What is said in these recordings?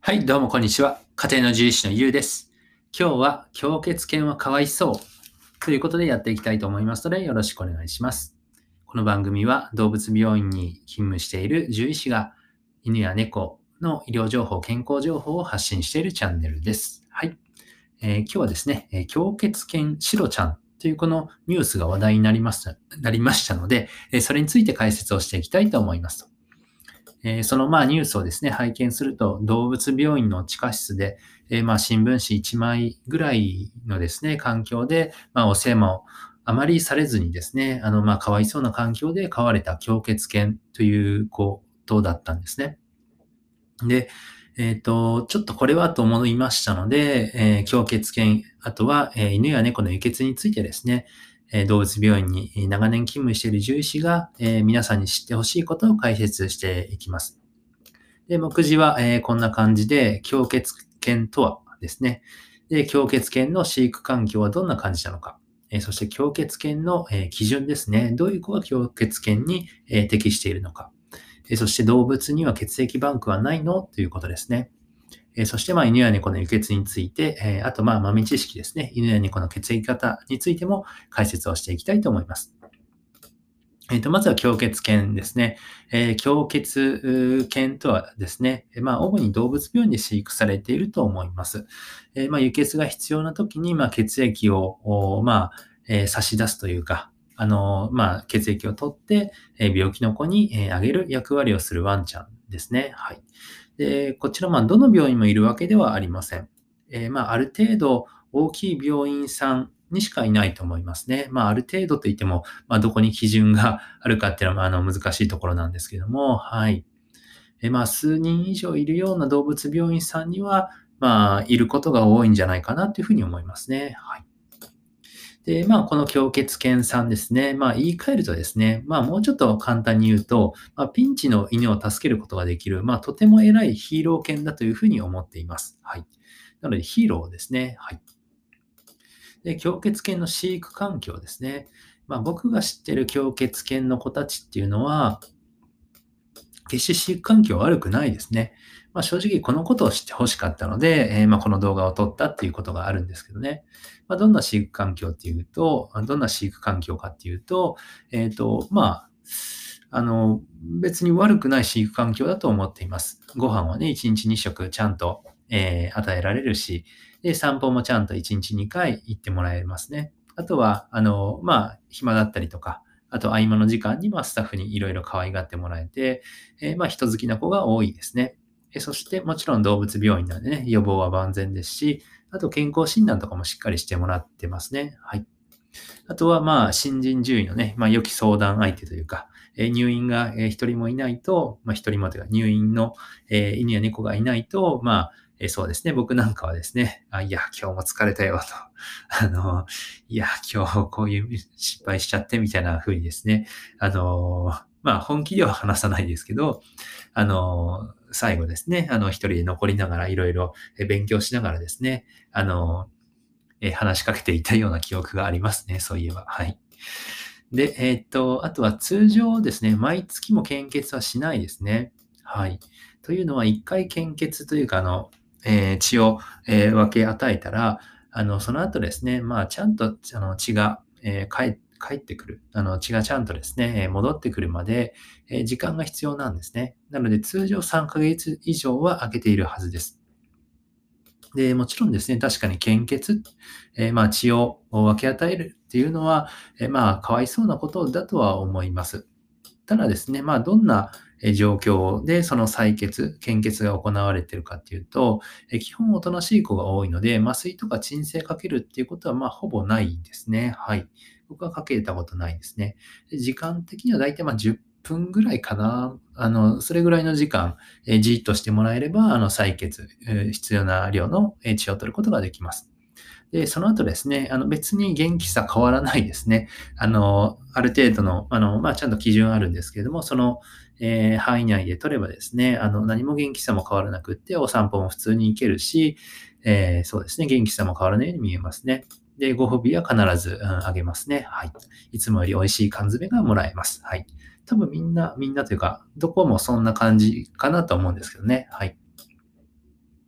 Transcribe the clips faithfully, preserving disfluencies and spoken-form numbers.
はい、どうもこんにちは。家庭の獣医師のゆうです。今日は狂血犬はかわいそうということでやっていきたいと思いますのでよろしくお願いします。この番組は動物病院に勤務している獣医師が犬や猫の医療情報、健康情報を発信しているチャンネルです。はい。えー今日はですね、えー狂血犬シロちゃんというこのニュースが話題になりました、なりましたので、えーそれについて解説をしていきたいと思います。えーそのまあニュースをですね、拝見すると、動物病院の地下室で、えーまあ新聞紙いちまいぐらいのですね、環境で、まあお世話もあまりされずにですね、あのまあかわいそうな環境で飼われた狂血犬ということだったんですね。で、えっと、ちょっとこれはと思いましたので、えー狂血犬、あとは、えー犬や猫の輸血についてですね、えー動物病院に長年勤務している獣医師が、えー皆さんに知ってほしいことを解説していきます。で、目次は、えーこんな感じで、狂血犬とはですね。で、狂血犬の飼育環境はどんな感じなのか。えーそして狂血犬の、えー基準ですね。どういう子が狂血犬に、えー適しているのか。えーそして動物には血液バンクはないのということですね。えーそして、まあ、犬や猫の輸血について、えーあと、まあ、豆知識ですね。犬や猫の血液型についても解説をしていきたいと思います。えっと、まずは狂血犬ですね。えー狂血犬とはですね、えーまあ、主に動物病院で飼育されていると思います。えーまあ、輸血が必要な時に、まあ、血液を、おまあ、えー差し出すというか、あのーまあ、血液を取って、えー病気の子に、えーあげる役割をするワンちゃんですね。はい。で、こちら、まあ、どの病院もいるわけではありません。えーまあ、ある程度大きい病院さんにしかいないと思いますね。まあ、ある程度といっても、まあ、どこに基準があるかっていうのは、まあ、あの、難しいところなんですけども、はい。え、まあ、数人以上いるような動物病院さんには、まあ、いることが多いんじゃないかなというふうに思いますね。はい。で、まあ、この狂血犬さんですね。まあ、言い換えるとですね、まあ、もうちょっと簡単に言うと、まあ、ピンチの犬を助けることができる、まあ、とても偉いヒーロー犬だというふうに思っています。はい。なので、ヒーローですね。はい。で、狂血犬の飼育環境ですね。まあ、僕が知ってる狂血犬の子たちっていうのは、決して飼育環境は悪くないですね。まあ、正直このことを知ってほしかったので、えーまあ、この動画を撮ったっていうことがあるんですけどね。まあ、どんな飼育環境っていうと、どんな飼育環境かっていうと、えっと、まあ、あの、別に悪くない飼育環境だと思っています。ご飯はね、いちにちに食ちゃんと、えー与えられるし、で、散歩もちゃんといちにちにかい行ってもらえますね。あとは、あの、まあ、暇だったりとか、あと合間の時間に、まあ、スタッフにいろいろ可愛がってもらえて、えーまあ、人好きな子が多いですね。えそして、もちろん動物病院なんでね、予防は万全ですし、あと健康診断とかもしっかりしてもらってますね。はい。あとは、まあ、新人獣医のね、まあ、良き相談相手というか、えー入院がえー一人もいないと、まあ、一人もというか、入院の、えー犬や猫がいないと、まあ、えーそうですね、僕なんかはですね、あ、いや、今日も疲れたよと。あの、いや、今日こういう失敗しちゃってみたいな風にですね、あの、まあ、本気では話さないですけど、あの、最後ですね、あの、一人で残りながらいろいろ勉強しながらですね、あの、えー話しかけていたような記憶がありますね、そういえば。はい。で、えーっと、あとは通常ですね、毎月も献血はしないですね。はい。というのは、一回献血というか、あの、えー血を、えー分け与えたら、あの、その後ですね、まあ、ちゃんと、あの、血が、えー帰帰ってくる。あの、血がちゃんとですね、えー戻ってくるまで、えー時間が必要なんですね。なので、通常さんかげつ以上は空けているはずです。で、もちろんですね、確かに献血、えーまあ、血を分け与えるっていうのは、えーまあ、かわいそうなことだとは思います。ただですね、まあ、どんなえー状況でその採血、献血が行われているかっていうと、えー基本おとなしい子が多いので、麻酔とか鎮静かけるっていうことは、まあ、ほぼないですね。はい。僕はかけたことないですね。で時間的にはだいたいまあじゅっぷんぐらいかな。あの、それぐらいの時間、えーじーっとしてもらえれば、あの、採血、えー必要な量のえー血を取ることができます。で、その後ですね、あの、別に元気さ変わらないですね。あの、ある程度の、あの、まあ、ちゃんと基準あるんですけれども、その、えー範囲内で取ればですね、あの、何も元気さも変わらなくって、お散歩も普通に行けるし、えーそうですね、元気さも変わらないように見えますね。で、ご褒美は必ず、うん、あげますね。はい。いつもより美味しい缶詰がもらえます。はい。多分みんな、みんなというか、どこもそんな感じかなと思うんですけどね。はい。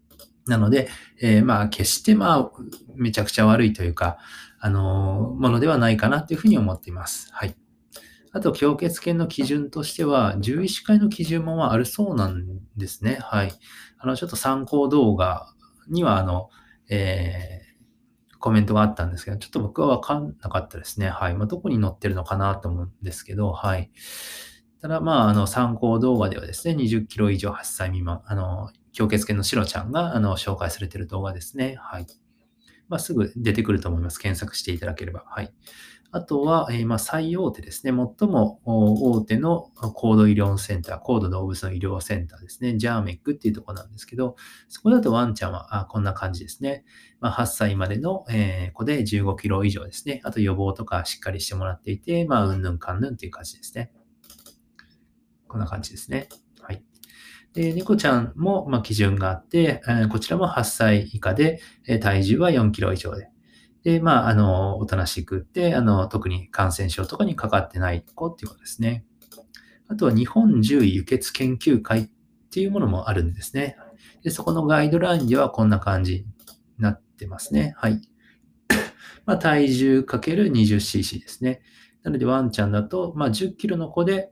なので、えーまあ、決してまあ、めちゃくちゃ悪いというか、あのーものではないかなというふうに思っています。はい。あと、供血犬の基準としては、獣医師会の基準もまああるそうなんですね。はい。あの、ちょっと参考動画には、あの、えーコメントがあったんですけど、ちょっと僕はわかんなかったですね。はい。まあ、どこに載ってるのかなと思うんですけど、はい。ただ、まあ、あの、参考動画ではですね、にじゅっキロ以上はっさい未満、あの、供血犬のシロちゃんが、あの、紹介されている動画ですね。はい。まあ、すぐ出てくると思います。検索していただければ。はい。あとは、えーまあ、最大手ですね。最も大手の高度医療センター、高度動物の医療センターですね。ジャーメックっていうところなんですけど、そこだとワンちゃんはあこんな感じですね。まあ、はっさいまでの、えー子でじゅうごキロ以上ですね。あと予防とかしっかりしてもらっていて、まあ、うんぬんかんぬんっていう感じですね。こんな感じですね。はい。で、猫ちゃんも、まあ、基準があって、えーこちらもはっさい以下で、えー体重はよんキロ以上で。で、まあ、あの、おとなしくって、あの、特に感染症とかにかかってない子っていうことですね。あとは日本獣医輸血研究会っていうものもあるんですね。で、そこのガイドラインではこんな感じになってますね。はい。まあ、体重 ×にじゅうシーシー ですね。なので、ワンちゃんだと、まあ、じゅっキロの子で、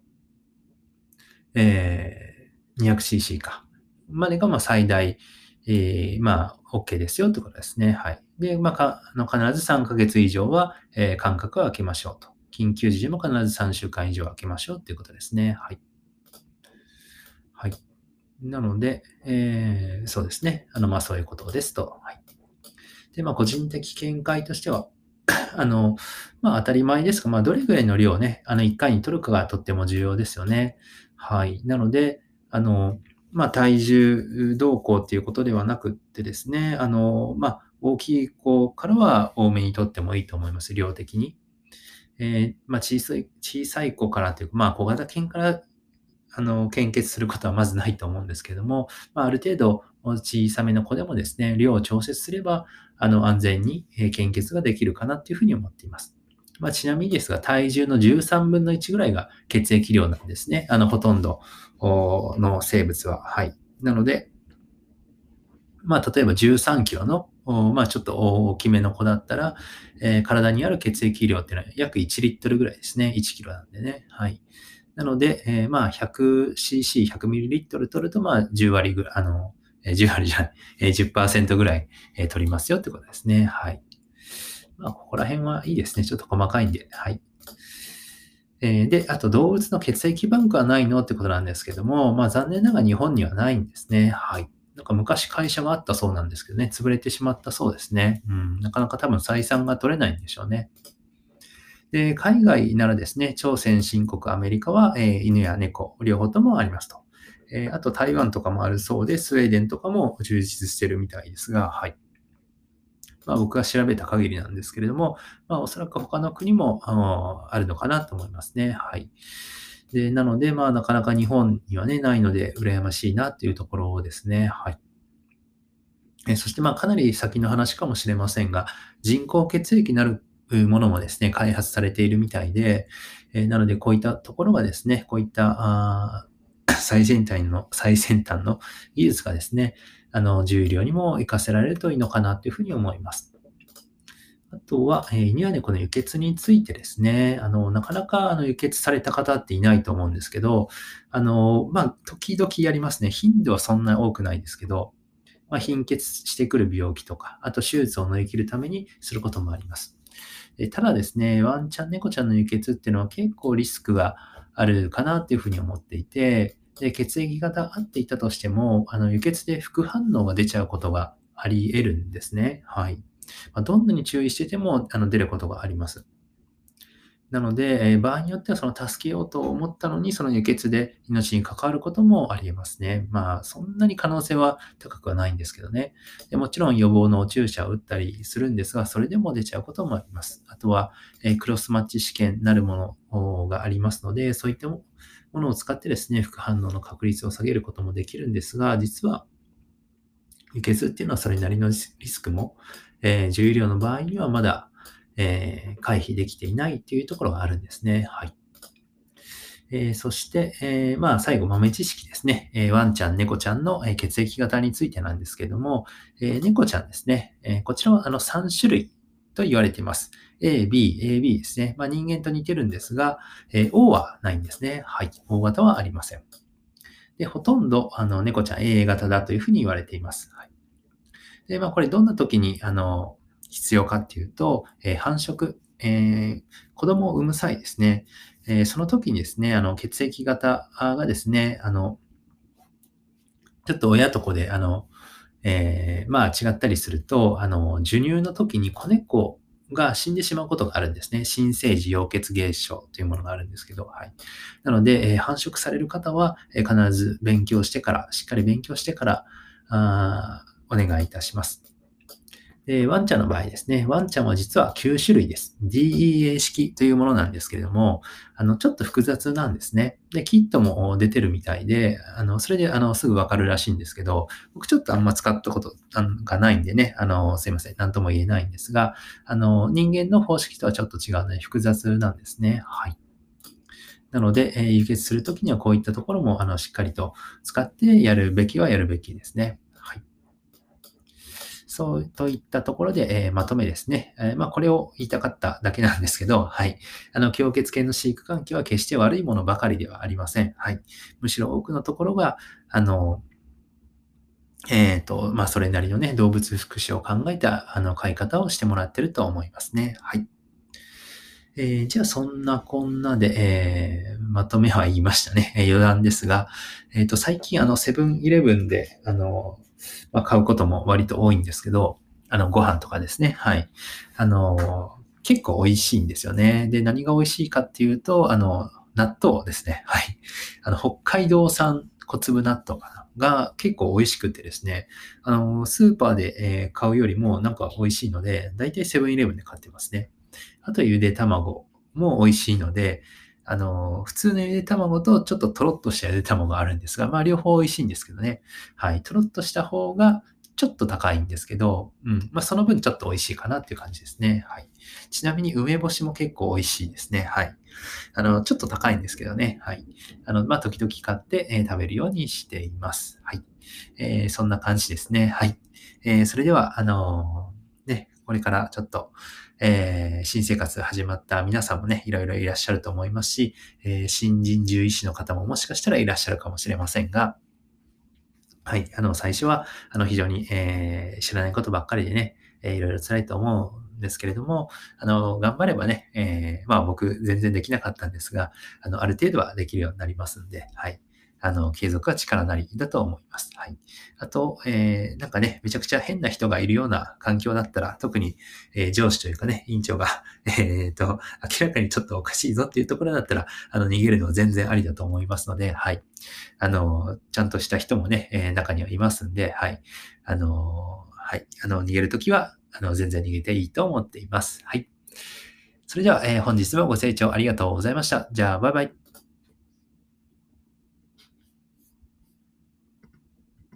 えー、にひゃくシーシー か。までが、まあ、最大、えー、まあ、OK ですよってことですね。はい。で、まあ、かあの必ずさんかげつ以上は、えー、間隔を空けましょうと。緊急時でも必ずさんしゅうかん以上空けましょうっていうことですね。はい。はい。なので、えー、そうですね。あの、まあ、そういうことですと。はい。で、まあ、個人的見解としては、あの、まあ、当たり前ですが、まあ、どれぐらいの量をね、あの、いっかいに取るかがとっても重要ですよね。はい。なので、あの、まあ、体重動向っていうことではなくってですね、あの、まあ、大きい子からは多めに取ってもいいと思います、量的に。えーまあ、小さい、小さい子からというか、まあ、小型犬からあの、献血することはまずないと思うんですけども、まあ、ある程度小さめの子でもですね、量を調節すれば、あの、安全にえー献血ができるかなっていうふうに思っています。まあ、ちなみにですが、体重のじゅうさんぶんのいちぐらいが血液量なんですね。あの、ほとんどおの生物は。はい。なので、まあ、例えばじゅうさんキロの、おまあ、ちょっと大きめの子だったら、えー体にある血液量っていうのは約いちリットルぐらいですね。いちキロなんでね。はい。なので、えーまあ、ひゃくシーシー、ひゃくミリリットル 取ると、まあ、じゅう割ぐらい、あの、えーじゅう割じゃない、えーじゅっパーセントぐらい、えー取りますよってことですね。はい。まあ、ここら辺はいいですね。ちょっと細かいんで。はい。えーで、あと動物の血液バンクはないのってことなんですけども、まあ残念ながら日本にはないんですね。はい。なんか昔会社があったそうなんですけどね、潰れてしまったそうですね。うん、なかなか多分採算が取れないんでしょうね。で、海外ならですね、超先進国アメリカは、えー犬や猫、両方ともありますと。えーあと台湾とかもあるそうで、スウェーデンとかも充実してるみたいですが、はい。まあ、僕が調べた限りなんですけれども、まあ、おそらく他の国もあのあるのかなと思いますね。はい。で、なので、まあ、なかなか日本にはね、ないので、羨ましいなっていうところですね。はい。えそして、まあ、かなり先の話かもしれませんが、人工血液なるものもですね、開発されているみたいで、えーなので、こういったところがですね、こういったあー最先端の、最先端の技術がですね、あの、重量にも活かせられるといいのかなというふうに思います。あとは、えー犬や猫の輸血についてですね、あの、なかなかあの輸血された方っていないと思うんですけど、あの、まあ、時々やりますね。頻度はそんな多くないですけど、まあ、貧血してくる病気とか、あと手術を乗り切るためにすることもあります。えただですね、ワンちゃん、猫ちゃんの輸血っていうのは結構リスクがあるかなっていうふうに思っていて、で血液型合っていたとしても、あの輸血で副反応が出ちゃうことがあり得るんですね。はい。まあ、どんなに注意しててもあの出ることがあります。なので、えー場合によってはその助けようと思ったのに、その輸血で命に関わることもあり得ますね。まあ、そんなに可能性は高くはないんですけどね。でもちろん予防のお注射を打ったりするんですが、それでも出ちゃうこともあります。あとは、えークロスマッチ試験なるものがありますので、そういったものを使ってですね、副反応の確率を下げることもできるんですが、実は輸血っていうのはそれなりのリスクも、えー、重医療の場合にはまだ、えー回避できていないっていうところがあるんですね。はい。 えーそして、えーまあ、最後、豆知識ですね。えーワンちゃん、猫ちゃんの、えー血液型についてなんですけれども、えー猫ちゃんですね。えーこちらはあのさん種類と言われています。A、B、エービー ですね。まあ、人間と似てるんですが、えー O はないんですね。はい。O 型はありません。で、ほとんどあの猫ちゃん A 型だというふうに言われています。はい。で、まあ、これどんな時にあの必要かっていうと、えー繁殖、えー子供を産む際ですね。えーその時にですね、あの血液型がですね、あのちょっと親と子で、あの、えーまあ違ったりすると、あの、授乳の時に子猫が死んでしまうことがあるんですね。新生児溶血減少というものがあるんですけど、はい。なので、えー繁殖される方は、えー必ず勉強してから、しっかり勉強してから、あーお願いいたします。で、ワンちゃんの場合ですね、ワンちゃんは実はきゅう種類です。ディーイーエー 式というものなんですけれども、あの、ちょっと複雑なんですね。で、キットも出てるみたいで、あの、それで、あの、すぐわかるらしいんですけど、僕ちょっとあんま使ったことがないんでね、あの、すいません。なんとも言えないんですが、あの、人間の方式とはちょっと違うので複雑なんですね。はい。なので、えー輸血するときにはこういったところも、あの、しっかりと使ってやるべきはやるべきですね。はい。そうといったところで、えーまとめですね。えーまあ、これを言いたかっただけなんですけど、はい。あの、狂血犬の飼育環境は決して悪いものばかりではありません。はい。むしろ多くのところが、あの、えっと、まあ、それなりのね、動物福祉を考えた、あの、飼い方をしてもらってると思いますね。はい。えーじゃあ、そんなこんなで、えーまとめは言いましたね。えー余談ですが、えっと、最近、あの、セブンイレブンで、あの、まあ、買うことも割と多いんですけど、あの、ご飯とかですね。はい。あの、結構美味しいんですよね。で、何が美味しいかっていうと、あの、納豆ですね。はい。あの、北海道産小粒納豆かなが結構美味しくてですね。あの、スーパーで、えー買うよりもなんか美味しいので、だいたいセブンイレブンで買ってますね。あとゆで卵も美味しいので、あの、普通のゆで卵とちょっととろっとしたゆで卵があるんですが、まあ両方美味しいんですけどね。はい。とろっとした方がちょっと高いんですけど、うん。まあその分ちょっと美味しいかなっていう感じですね。はい。ちなみに梅干しも結構美味しいですね。はい。あの、ちょっと高いんですけどね。はい。あの、まあ時々買って、えー食べるようにしています。はい。えーそんな感じですね。はい。えーそれでは、あのーね、これからちょっと、えー新生活始まった皆さんもね、いろいろいらっしゃると思いますし、えー新人獣医師の方ももしかしたらいらっしゃるかもしれませんが、はい、あの、最初は、あの、非常に、えー知らないことばっかりでね、えーいろいろ辛いと思うんですけれども、あの、頑張ればね、えーまあ僕全然できなかったんですが、あの、ある程度はできるようになりますんで、はい。あの、継続は力なりだと思います。はい。あと、えーなんかね、めちゃくちゃ変な人がいるような環境だったら、特に、えー上司というかね、委員長が、えっと、明らかにちょっとおかしいぞっていうところだったら、あの、逃げるのは全然ありだと思いますので、はい。あの、ちゃんとした人もね、えー中にはいますんで、はい。あの、はい。あの、逃げるときは、あの、全然逃げていいと思っています。はい。それでは、えー本日もご清聴ありがとうございました。じゃあ、バイバイ。